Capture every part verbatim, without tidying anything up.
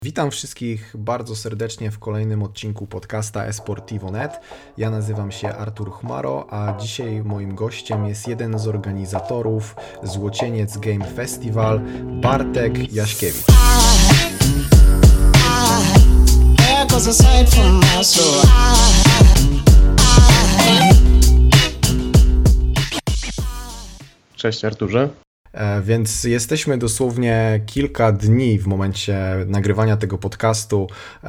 Witam wszystkich bardzo serdecznie w kolejnym odcinku podcasta eSportivo kropka net. Ja nazywam się Artur Chmaro, a dzisiaj moim gościem jest jeden z organizatorów Złocieniec Game Festival, Bartek Jaśkiewicz. Cześć Arturze. Więc jesteśmy dosłownie kilka dni w momencie nagrywania tego podcastu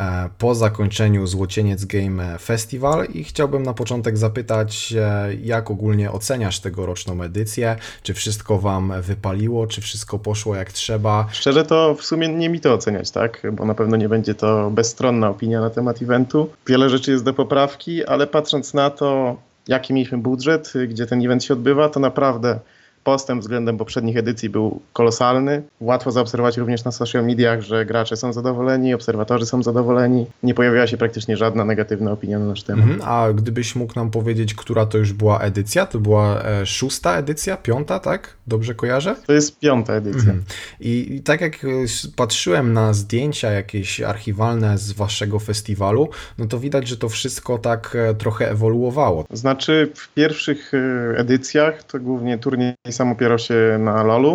po zakończeniu Złocieniec Game Festival i chciałbym na początek zapytać, jak ogólnie oceniasz tegoroczną edycję? Czy wszystko Wam wypaliło? Czy wszystko poszło jak trzeba? Szczerze to w sumie nie mi to oceniać, tak? Bo na pewno nie będzie to bezstronna opinia na temat eventu. Wiele rzeczy jest do poprawki, ale patrząc na to, jaki mieliśmy budżet, gdzie ten event się odbywa, to naprawdę postęp względem poprzednich edycji był kolosalny. Łatwo zaobserwować również na social mediach, że gracze są zadowoleni, obserwatorzy są zadowoleni. Nie pojawiła się praktycznie żadna negatywna opinia na nasz temat. Mhm, a gdybyś mógł nam powiedzieć, która to już była edycja? To była e, szósta edycja, piąta, tak? Dobrze kojarzę? To jest piąta edycja. Mhm. I, I tak jak patrzyłem na zdjęcia jakieś archiwalne z waszego festiwalu, no to widać, że to wszystko tak e, trochę ewoluowało. Znaczy w pierwszych e, edycjach to głównie turniej sam opierał się na lolu,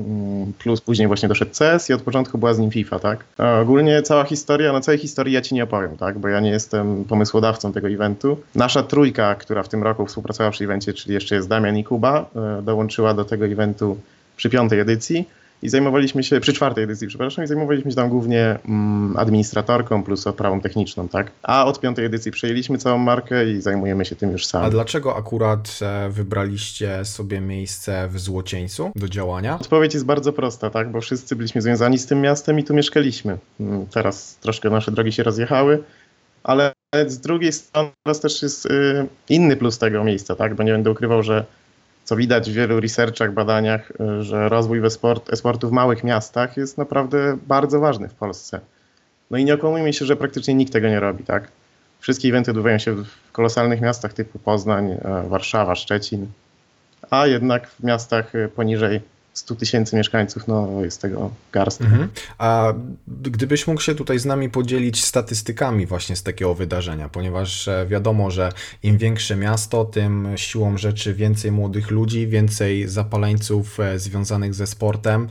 plus później właśnie doszedł C S i od początku była z nim FIFA, tak? A ogólnie cała historia, no całej historii ja Ci nie opowiem, tak? Bo ja nie jestem pomysłodawcą tego eventu. Nasza trójka, która w tym roku współpracowała przy evencie, czyli jeszcze jest Damian i Kuba, dołączyła do tego eventu przy piątej edycji. I zajmowaliśmy się, przy czwartej edycji, przepraszam, i zajmowaliśmy się tam głównie mm, administratorką plus odprawą techniczną, tak? A od piątej edycji przejęliśmy całą markę i zajmujemy się tym już sami. A dlaczego akurat e, wybraliście sobie miejsce w Złocieńcu do działania? Odpowiedź jest bardzo prosta, tak? Bo wszyscy byliśmy związani z tym miastem i tu mieszkaliśmy. Teraz troszkę nasze drogi się rozjechały, ale z drugiej strony teraz też jest y, inny plus tego miejsca, tak? Bo nie będę ukrywał, że co widać w wielu researchach, badaniach, że rozwój e-sportu w małych miastach jest naprawdę bardzo ważny w Polsce. No i nie okłamujmy się, że praktycznie nikt tego nie robi, tak? Wszystkie eventy odbywają się w kolosalnych miastach typu Poznań, Warszawa, Szczecin, a jednak w miastach poniżej stu tysięcy mieszkańców, no jest tego garstka. Mhm. A gdybyś mógł się tutaj z nami podzielić statystykami właśnie z takiego wydarzenia, ponieważ wiadomo, że im większe miasto, tym siłą rzeczy więcej młodych ludzi, więcej zapaleńców związanych ze sportem.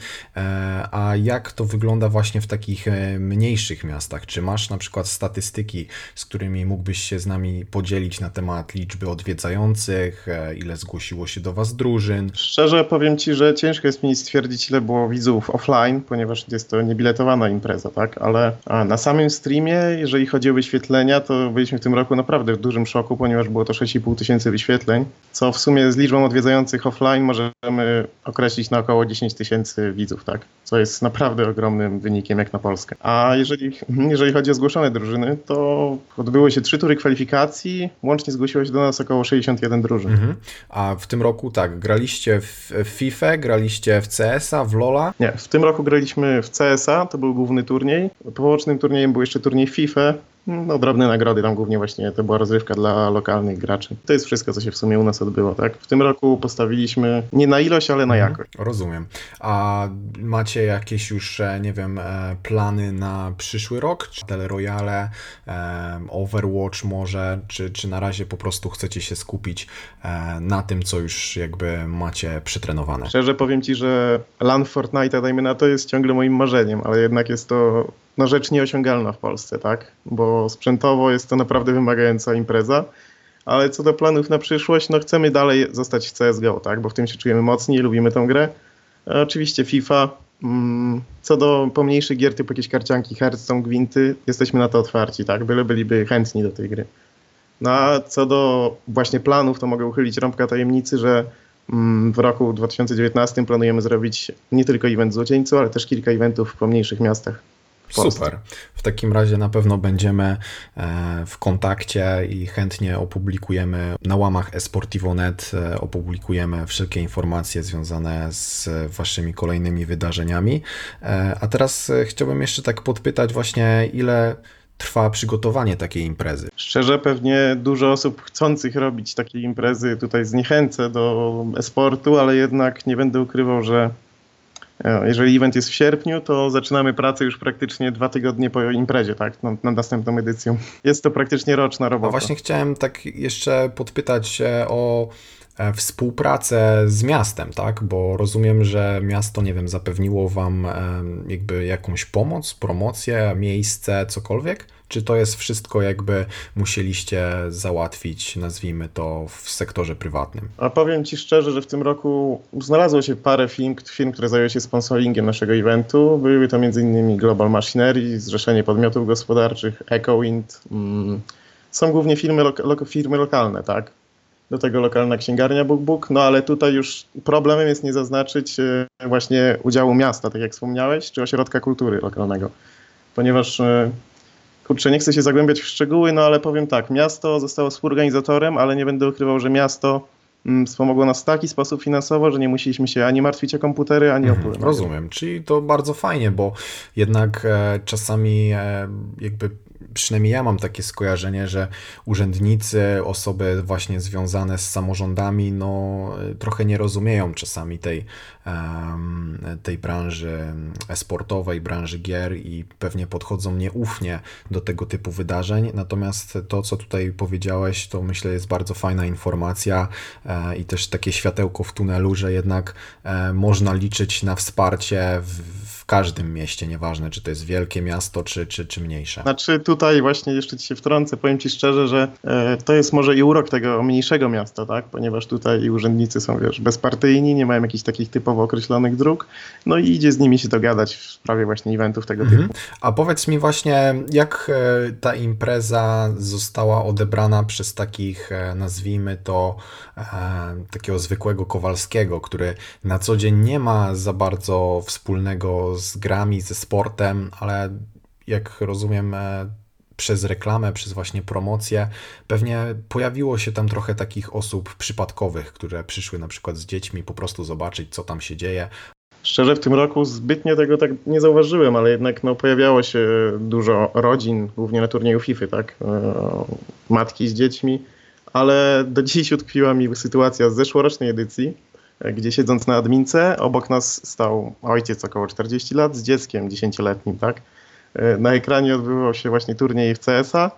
A jak to wygląda właśnie w takich mniejszych miastach? Czy masz na przykład statystyki, z którymi mógłbyś się z nami podzielić na temat liczby odwiedzających, ile zgłosiło się do Was drużyn? Szczerze powiem Ci, że ciężko jest mi stwierdzić, ile było widzów offline, ponieważ jest to niebiletowana impreza, tak? Ale na samym streamie, jeżeli chodzi o wyświetlenia, to byliśmy w tym roku naprawdę w dużym szoku, ponieważ było to sześć i pół tysięcy wyświetleń, co w sumie z liczbą odwiedzających offline możemy określić na około dziesięć tysięcy widzów, tak? Co jest naprawdę ogromnym wynikiem jak na Polskę. A jeżeli, jeżeli chodzi o zgłoszone drużyny, to odbyły się trzy tury kwalifikacji, łącznie zgłosiło się do nas około sześćdziesiąt jeden drużyn. Mhm. A w tym roku tak, graliście w FIFA, graliście w C S a, w LoL'a? Nie, w tym roku graliśmy w C S a, to był główny turniej. Pobocznym turniejem był jeszcze turniej FIFA. No, drobne nagrody, tam głównie właśnie to była rozrywka dla lokalnych graczy. To jest wszystko, co się w sumie u nas odbyło, tak? W tym roku postawiliśmy nie na ilość, ale na jakość. Rozumiem. A macie jakieś już, nie wiem, plany na przyszły rok? Czy Battle Royale, Overwatch może, czy, czy na razie po prostu chcecie się skupić na tym, co już jakby macie przetrenowane? Szczerze powiem Ci, że LAN Fortnite'a, dajmy na to, jest ciągle moim marzeniem, ale jednak jest to no, rzecz nieosiągalna w Polsce, tak? Bo sprzętowo jest to naprawdę wymagająca impreza, ale co do planów na przyszłość, no chcemy dalej zostać w C S G O, tak? Bo w tym się czujemy mocni, lubimy tę grę. A oczywiście FIFA. Co do pomniejszych gier typu jakieś karcianki, Hearthstone, Gwinty, jesteśmy na to otwarci, tak? Byle byliby chętni do tej gry. No a co do właśnie planów, to mogę uchylić rąbka tajemnicy, że w roku dwa tysiące dziewiętnastym planujemy zrobić nie tylko event w Złocieńcu, ale też kilka eventów w pomniejszych miastach. Super. W takim razie na pewno będziemy w kontakcie i chętnie opublikujemy na łamach eSportivo kropka net, opublikujemy wszelkie informacje związane z waszymi kolejnymi wydarzeniami. A teraz chciałbym jeszcze tak podpytać właśnie, ile trwa przygotowanie takiej imprezy? Szczerze, pewnie dużo osób chcących robić takie imprezy tutaj zniechęcę do e-sportu, ale jednak nie będę ukrywał, że Jeżeli event jest w sierpniu, to zaczynamy pracę już praktycznie dwa tygodnie po imprezie, tak, nad, nad następną edycją. Jest to praktycznie roczna robota. A właśnie chciałem tak jeszcze podpytać o współpracę z miastem, tak? Bo rozumiem, że miasto, nie wiem, zapewniło wam jakby jakąś pomoc, promocję, miejsce, cokolwiek? Czy to jest wszystko jakby musieliście załatwić, nazwijmy to, w sektorze prywatnym? A powiem Ci szczerze, że w tym roku znalazło się parę firm, firm które zajęły się sponsoringiem naszego eventu. Były to m.in. Global Machinery, Zrzeszenie Podmiotów Gospodarczych, EcoWind. Są głównie firmy, lo- firmy lokalne, tak? Do tego lokalna księgarnia BookBook, no ale tutaj już problemem jest nie zaznaczyć właśnie udziału miasta, tak jak wspomniałeś, czy ośrodka kultury lokalnego. Ponieważ, kurczę, nie chcę się zagłębiać w szczegóły, no ale powiem tak, miasto zostało współorganizatorem, ale nie będę ukrywał, że miasto wspomogło nas w taki sposób finansowo, że nie musieliśmy się ani martwić o komputery, ani Mhm, o płyn. rozumiem, czyli to bardzo fajnie, bo jednak e, czasami e, jakby przynajmniej ja mam takie skojarzenie, że urzędnicy, osoby właśnie związane z samorządami, no trochę nie rozumieją czasami tej, um, tej branży e-sportowej, branży gier i pewnie podchodzą nieufnie do tego typu wydarzeń. Natomiast to, co tutaj powiedziałeś, to myślę jest bardzo fajna informacja e, i też takie światełko w tunelu, że jednak e, można liczyć na wsparcie w, w każdym mieście, nieważne czy to jest wielkie miasto, czy, czy, czy mniejsze. Znaczy tutaj właśnie jeszcze Ci się wtrącę, powiem Ci szczerze, że e, to jest może i urok tego mniejszego miasta, tak? Ponieważ tutaj urzędnicy są, wiesz, bezpartyjni, nie mają jakichś takich typowo określonych dróg, no i idzie z nimi się dogadać w sprawie właśnie eventów tego Mhm. typu. A powiedz mi właśnie, jak e, ta impreza została odebrana przez takich, e, nazwijmy to, e, takiego zwykłego Kowalskiego, który na co dzień nie ma za bardzo wspólnego z grami, ze sportem, ale jak rozumiem, e, przez reklamę, przez właśnie promocję, pewnie pojawiło się tam trochę takich osób przypadkowych, które przyszły na przykład z dziećmi po prostu zobaczyć, co tam się dzieje. Szczerze w tym roku zbytnio tego tak nie zauważyłem, ale jednak no, pojawiało się dużo rodzin, głównie na turnieju FIFA, tak? E, matki z dziećmi, ale do dziś utkwiła mi sytuacja z zeszłorocznej edycji, gdzie siedząc na admince, obok nas stał ojciec około czterdzieści lat z dzieckiem dziesięcioletnim, tak? Na ekranie odbywał się właśnie turniej w C S a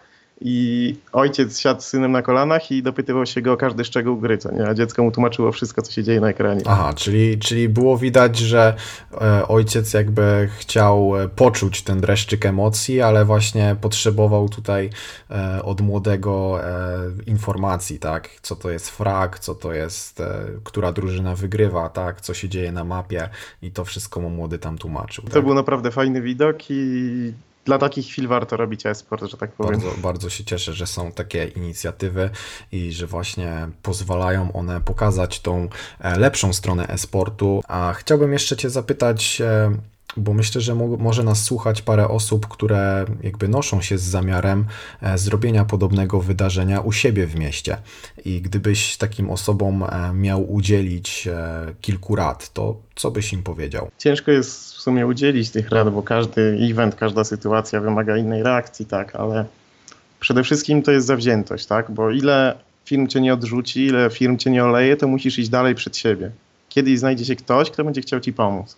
i ojciec siadł z synem na kolanach i dopytywał się go o każdy szczegół gry, co nie? A dziecko mu tłumaczyło wszystko, co się dzieje na ekranie. Aha, czyli, czyli było widać, że e, ojciec jakby chciał e, poczuć ten dreszczyk emocji, ale właśnie potrzebował tutaj e, od młodego e, informacji, tak? Co to jest frag, co to jest, e, która drużyna wygrywa, tak? Co się dzieje na mapie i to wszystko mu młody tam tłumaczył. To Tak? był naprawdę fajny widok i dla takich chwil warto robić e-sport, że tak powiem. Bardzo, bardzo się cieszę, że są takie inicjatywy i że właśnie pozwalają one pokazać tą e, lepszą stronę e-sportu. A chciałbym jeszcze Cię zapytać, e, bo myślę, że mo- może nas słuchać parę osób, które jakby noszą się z zamiarem e, zrobienia podobnego wydarzenia u siebie w mieście. I gdybyś takim osobom e, miał udzielić e, kilku rad, to co byś im powiedział? Ciężko jest w sumie udzielić tych rad, bo każdy event, każda sytuacja wymaga innej reakcji, tak, ale przede wszystkim to jest zawziętość, tak, bo ile firm cię nie odrzuci, ile firm cię nie oleje, to musisz iść dalej przed siebie. Kiedyś znajdzie się ktoś, kto będzie chciał ci pomóc.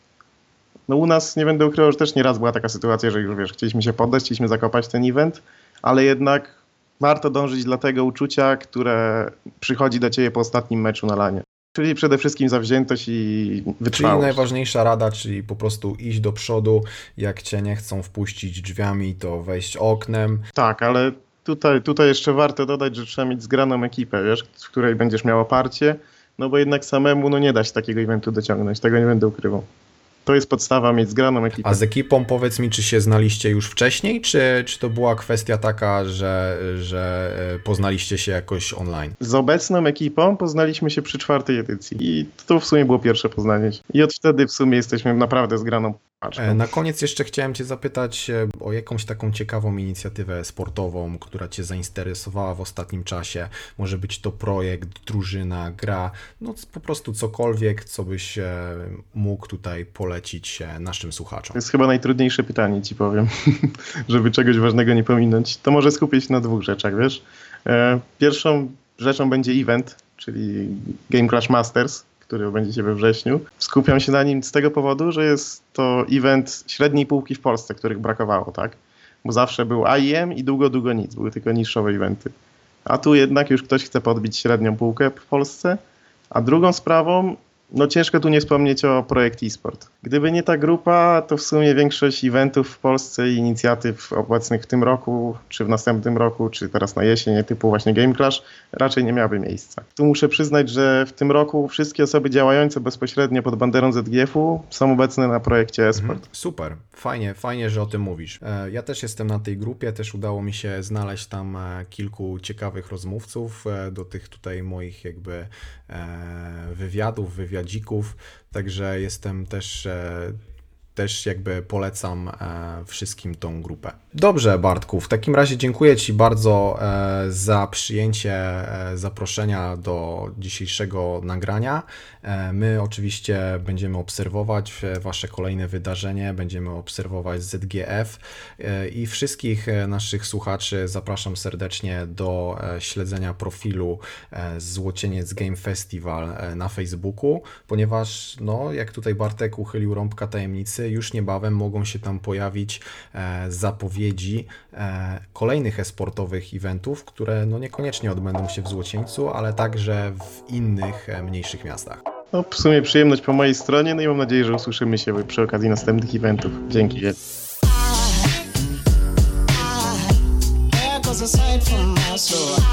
No u nas, nie będę ukrywał, że też nieraz była taka sytuacja, że już wiesz, chcieliśmy się poddać, chcieliśmy zakopać ten event, ale jednak warto dążyć dla tego uczucia, które przychodzi do ciebie po ostatnim meczu na lanie. Czyli przede wszystkim zawziętość i Czyli wytrwałość. najważniejsza rada, czyli po prostu iść do przodu, jak Cię nie chcą wpuścić drzwiami, to wejść oknem. Tak, ale tutaj, tutaj jeszcze warto dodać, że trzeba mieć zgraną ekipę, wiesz, w której będziesz miał oparcie, no bo jednak samemu no nie da się takiego eventu dociągnąć, tego nie będę ukrywał. To jest podstawa, mieć zgraną ekipę. A z ekipą powiedz mi, czy się znaliście już wcześniej, czy, czy to była kwestia taka, że, że poznaliście się jakoś online? Z obecną ekipą poznaliśmy się przy czwartej edycji i to w sumie było pierwsze poznanie. I od wtedy w sumie jesteśmy naprawdę zgraną paczką. Na koniec jeszcze chciałem Cię zapytać o jakąś taką ciekawą inicjatywę sportową, która Cię zainteresowała w ostatnim czasie. Może być to projekt, drużyna, gra, no po prostu cokolwiek, co byś mógł tutaj polecić naszym słuchaczom. To jest chyba najtrudniejsze pytanie, ci powiem, żeby czegoś ważnego nie pominąć. To może skupię się na dwóch rzeczach, wiesz. Pierwszą rzeczą będzie event, czyli Game Crash Masters, który odbędzie się we wrześniu. Skupiam się na nim z tego powodu, że jest to event średniej półki w Polsce, których brakowało, tak? Bo zawsze był I E M i długo, długo nic, były tylko niszowe eventy. A tu jednak już ktoś chce podbić średnią półkę w Polsce. A drugą sprawą, no ciężko tu nie wspomnieć o Projekt eSport. Gdyby nie ta grupa, to w sumie większość eventów w Polsce i inicjatyw obecnych w tym roku, czy w następnym roku, czy teraz na jesień, typu właśnie Game Clash, raczej nie miałaby miejsca. Tu muszę przyznać, że w tym roku wszystkie osoby działające bezpośrednio pod banderą Z G F-u są obecne na projekcie eSport. Mhm, super, fajnie, fajnie, że o tym mówisz. E, Ja też jestem na tej grupie, też udało mi się znaleźć tam e, kilku ciekawych rozmówców e, do tych tutaj moich jakby e, wywiadów, wywiadzików, także jestem też, e, też jakby polecam e, wszystkim tą grupę. Dobrze, Bartku, w takim razie dziękuję Ci bardzo e, za przyjęcie e, zaproszenia do dzisiejszego nagrania. E, my oczywiście będziemy obserwować e, Wasze kolejne wydarzenie, będziemy obserwować Z G F e, i wszystkich e, naszych słuchaczy zapraszam serdecznie do e, śledzenia profilu e, Złocieniec Game Festival e, na Facebooku, ponieważ no, jak tutaj Bartek uchylił rąbka tajemnicy, już niebawem mogą się tam pojawić e, zapowiedzi e, kolejnych e-sportowych eventów, które no niekoniecznie odbędą się w Złocieńcu, ale także w innych e, mniejszych miastach. No w sumie przyjemność po mojej stronie, no i mam nadzieję, że usłyszymy się przy okazji następnych eventów. Dzięki. There goes a sight from my soul.